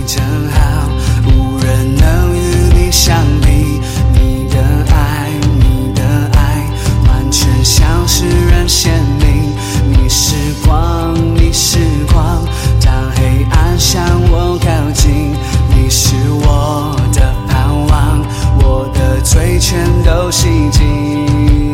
真好，无人能与你相比。你的爱完全像是人显灵。你是光，你是光，当黑暗向我靠近。你是我的盼望，我的罪全都洗净。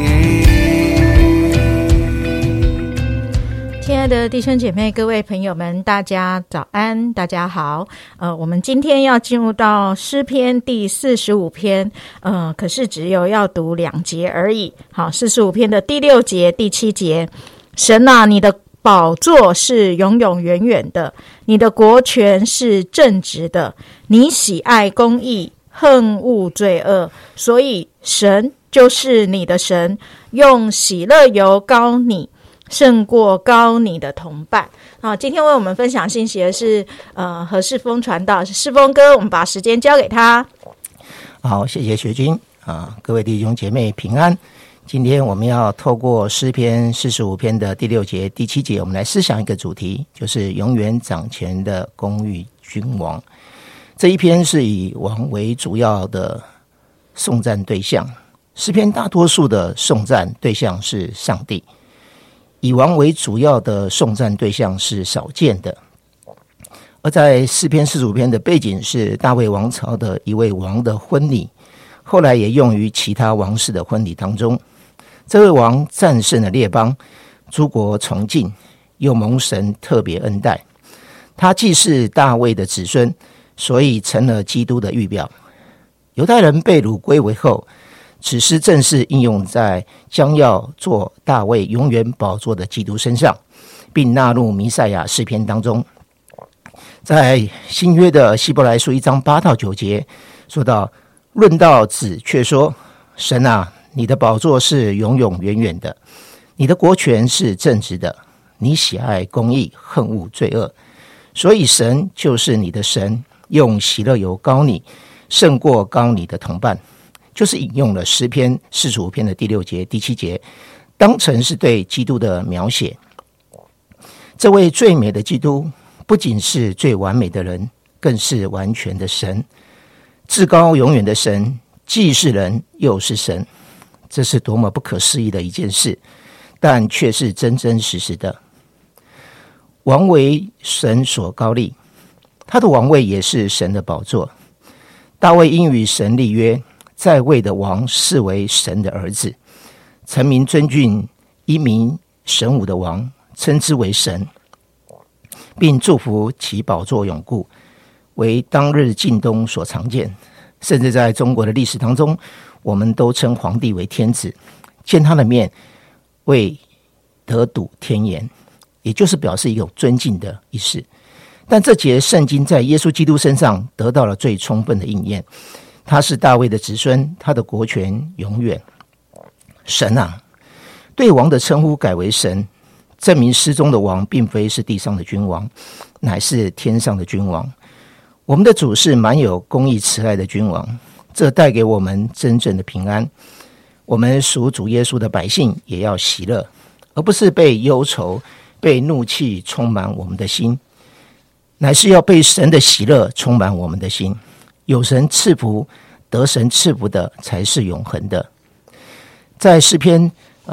亲爱的弟兄姐妹，各位朋友们，大家早安，大家好。我们今天要进入到诗篇第45篇，可是只有要读2节而已。好，45篇的第6节、第7节。神啊，你的宝座是永永远远的，你的国权是正直的，你喜爱公义，恨恶罪恶，所以神就是你的神，用喜乐油膏你，胜过膏你的同伴。今天为我们分享信息的是何世峰传道，是世峰哥，我们把时间交给他。 好，谢谢学君各位弟兄姐妹平安。今天我们要透过诗篇45篇的第6节、第7节，我们来思想一个主题，就是永远掌权的公义君王。这一篇是以王为主要的颂赞对象，诗篇大多数的颂赞对象是上帝，以王为主要的颂赞对象是少见的。而在诗篇45篇的背景是大卫王朝的一位王的婚礼，后来也用于其他王室的婚礼当中。这位王战胜了列邦，诸国崇敬，又蒙神特别恩待。他既是大卫的子孙，所以成了基督的预表。犹太人被掳归为后，此诗正是应用在将要做大卫永远宝座的基督身上，并纳入弥赛亚诗篇当中。在新约的希伯来书1章8到9节说到，论到子却说，神啊，你的宝座是永永远远的，你的国权是正直的，你喜爱公义，恨恶罪恶，所以神就是你的神，用喜乐油膏你，胜过膏你的同伴。就是引用了诗篇45篇的第6节、第7节，当成是对基督的描写。这位最美的基督不仅是最完美的人，更是完全的神，至高永远的神，既是人又是神。这是多么不可思议的一件事，但却是真真实实的。王为神所高立，他的王位也是神的宝座。大卫因与神立约，在位的王视为神的儿子，臣民尊敬一名神武的王，称之为神，并祝福其宝座永固，为当日近东所常见。甚至在中国的历史当中，我们都称皇帝为天子，见他的面为得睹天颜，也就是表示一种尊敬的意思。但这节圣经在耶稣基督身上得到了最充分的应验，他是大卫的子孙，他的国权永远。神啊，对王的称呼改为神，证明诗中的王并非是地上的君王，乃是天上的君王。我们的主是满有公义慈爱的君王，这带给我们真正的平安。我们属主耶稣的百姓也要喜乐，而不是被忧愁、被怒气充满我们的心，乃是要被神的喜乐充满我们的心。有神赐福，得神赐福的才是永恒的。在诗篇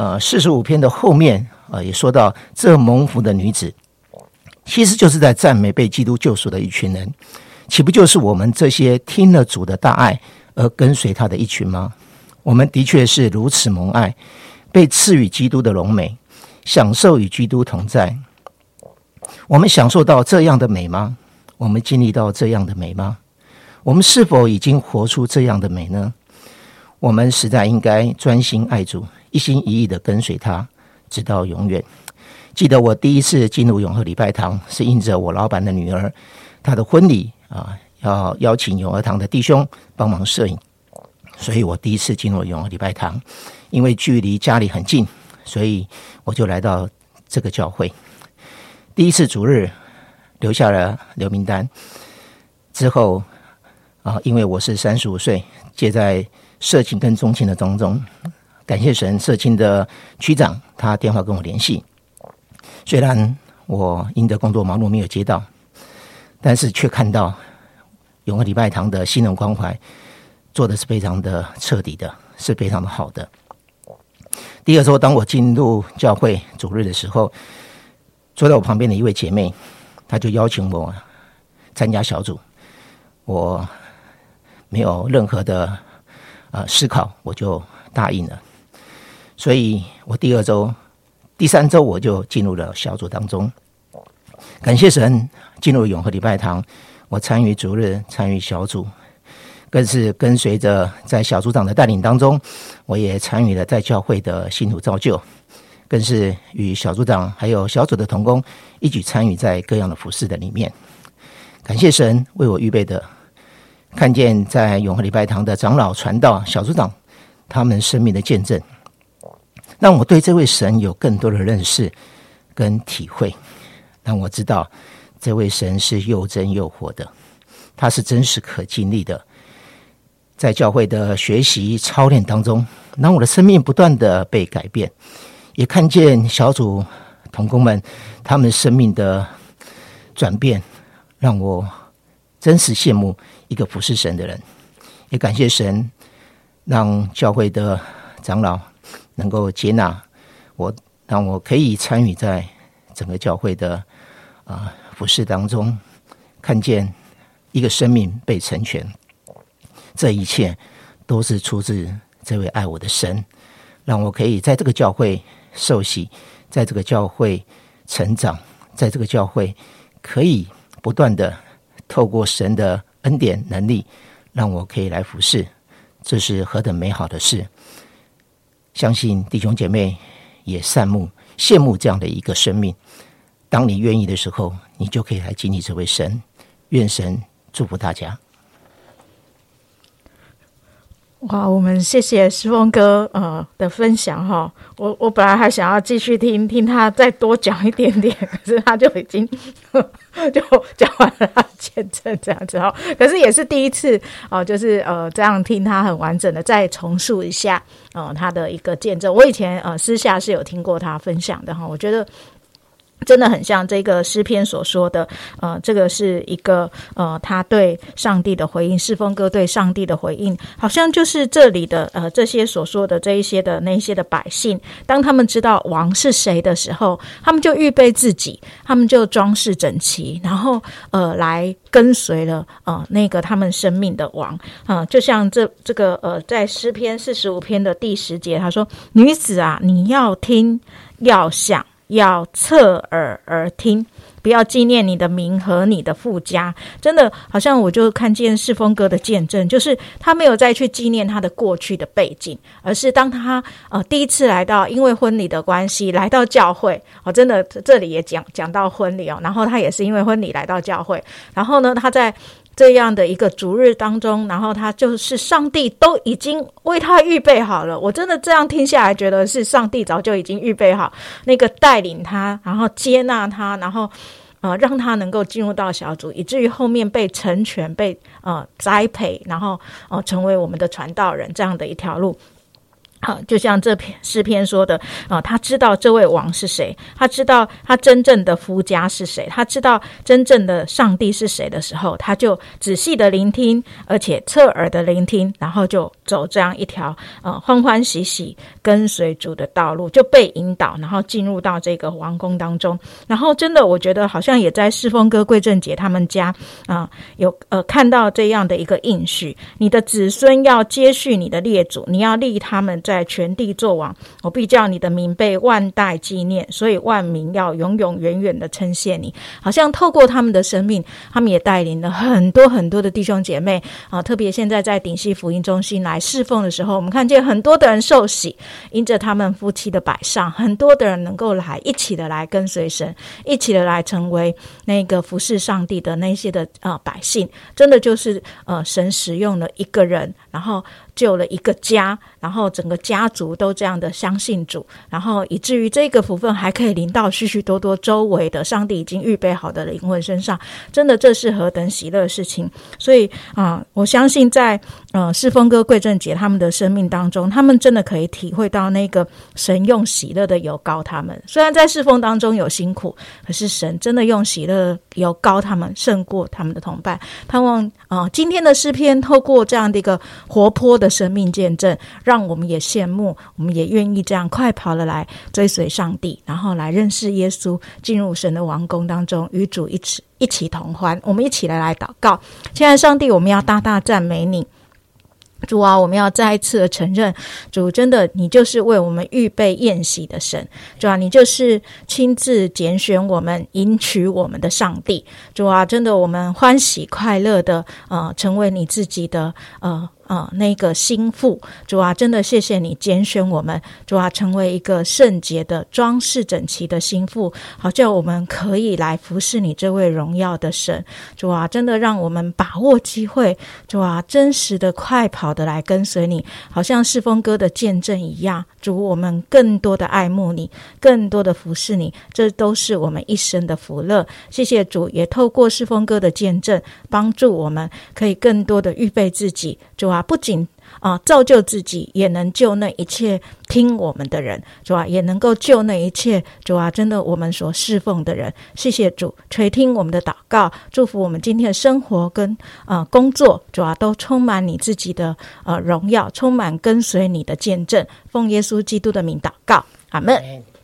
45篇的后面也说到，这蒙福的女子，其实就是在赞美被基督救赎的一群人。岂不就是我们这些听了主的大爱而跟随他的一群吗？我们的确是如此蒙爱，被赐予基督的荣美，享受与基督同在。我们享受到这样的美吗？我们经历到这样的美吗？我们是否已经活出这样的美呢？我们实在应该专心爱主，一心一意的跟随他，直到永远。记得我第一次进入永和礼拜堂，是因着我老板的女儿，她的婚礼要邀请永和堂的弟兄帮忙摄影，所以我第一次进入永和礼拜堂。因为距离家里很近，所以我就来到这个教会。第一次主日留下了留名单之后因为我是35岁，介在社青跟中青的当中，感谢神，社青的区长他电话跟我联系，虽然我因着工作忙碌没有接到，但是却看到永和礼拜堂的新人关怀做的是非常的彻底的，是非常的好的。第二周，当我进入教会主日的时候，坐在我旁边的一位姐妹，她就邀请我参加小组。我没有任何的思考，我就答应了。所以我第二周、第三周我就进入了小组当中。感谢神，进入永和礼拜堂，我参与主日，参与小组，更是跟随着在小组长的带领当中，我也参与了在教会的信徒造就，更是与小组长还有小组的同工一起参与在各样的服事的里面。感谢神为我预备的，看见在永和礼拜堂的长老、传道、小组长他们生命的见证，让我对这位神有更多的认识跟体会，让我知道这位神是又真又活的，他是真实可经历的。在教会的学习操练当中，让我的生命不断的被改变，也看见小组同工们他们生命的转变，让我真实羡慕一个服侍神的人。也感谢神让教会的长老能够接纳我，让我可以参与在整个教会的服事当中，看见一个生命被成全。这一切都是出自这位爱我的神，让我可以在这个教会受洗，在这个教会成长，在这个教会可以不断的透过神的恩典能力，让我可以来服侍，这是何等美好的事。相信弟兄姐妹也羡慕这样的一个生命，当你愿意的时候，你就可以来经历这位神。愿神祝福大家。 哇，我们谢谢诗峰哥的分享哈。我本来还想要继续听他再多讲一点点，可是他就已经就讲完了他的见证这样子哈。可是也是第一次就是这样听他很完整的再重述一下他的一个见证。我以前私下是有听过他分享的哈，我觉得真的很像这个诗篇所说的，这个是一个他对上帝的回应，诗峰哥对上帝的回应，好像就是这里的这些所说的这一些的那些的百姓，当他们知道王是谁的时候，他们就预备自己，他们就装饰整齐，然后来跟随了那个他们生命的王就像这个在诗篇45篇的第10节，他说：女子啊，你要听，要想，要侧耳而听，不要纪念你的名和你的父家。真的好像我就看见世峰哥的见证，就是他没有再去纪念他的过去的背景，而是当他第一次来到，因为婚礼的关系来到教会真的这里也讲到婚礼然后他也是因为婚礼来到教会，然后呢他在这样的一个主日当中，然后他就是上帝都已经为他预备好了。我真的这样听下来觉得是上帝早就已经预备好那个带领他，然后接纳他，然后让他能够进入到小组，以至于后面被成全，被栽培，然后成为我们的传道人这样的一条路。就像这篇诗篇说的他知道这位王是谁，他知道他真正的夫家是谁，他知道真正的上帝是谁的时候，他就仔细的聆听，而且侧耳的聆听，然后就走这样一条欢欢喜喜跟随主的道路，就被引导，然后进入到这个王宫当中。然后真的我觉得好像也在世峰哥、桂正杰他们家有看到这样的一个应许，你的子孙要接续你的列祖，你要立他们在全地作王，我必叫你的名被万代纪念，所以万民要永永远远的称谢你。好像透过他们的生命，他们也带领了很多很多的弟兄姐妹特别现在在顶溪福音中心来侍奉的时候，我们看见很多的人受洗，因着他们夫妻的摆上，很多的人能够来一起的来跟随神，一起的来成为那个服侍上帝的那些的百姓。真的就是神使用了一个人，然后救了一个家，然后整个家族都这样的相信主，然后以至于这个福分还可以临到许许多多周围的上帝已经预备好的灵魂身上，真的这是何等喜乐的事情。所以我相信在世峰哥、贵正姐他们的生命当中，他们真的可以体会到那个神用喜乐的油膏他们，虽然在侍奉当中有辛苦，可是神真的用喜乐油膏他们胜过他们的同伴。盼望今天的诗篇透过这样的一个活泼的生命见证，让我们也羡慕，我们也愿意这样快跑的来追随上帝，然后来认识耶稣，进入神的王宫当中，与主一起同欢。我们一起来祷告。亲爱的上帝，我们要大大赞美你。主啊，我们要再一次的承认，主真的你就是为我们预备宴席的神。主啊，你就是亲自拣选我们，迎娶我们的上帝。主啊，真的我们欢喜快乐的成为你自己的那个心腹。主啊，真的谢谢你拣选我们，主啊，成为一个圣洁的装饰整齐的心腹，好叫我们可以来服侍你这位荣耀的神。主啊，真的让我们把握机会，主啊，真实的快跑的来跟随你，好像世峰哥的见证一样。主，我们更多的爱慕你，更多的服侍你，这都是我们一生的福乐。谢谢主，也透过世峰哥的见证，帮助我们可以更多的预备自己。主啊，不仅造就自己，也能救那一切听我们的人。主啊，也能够救那一切主啊，真的我们所侍奉的人。谢谢主垂听我们的祷告，祝福我们今天的生活跟工作，主啊，都充满你自己的荣耀，充满跟随你的见证。奉耶稣基督的名祷告，阿们。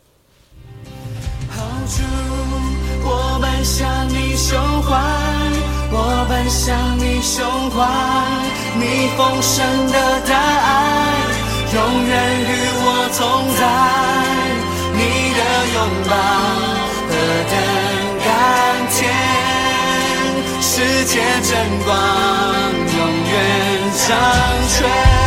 好主，我奔向你胸怀，我奔向你胸怀，你丰盛的大爱永远与我同在，你的拥抱何等甘甜，世界真光永远掌权。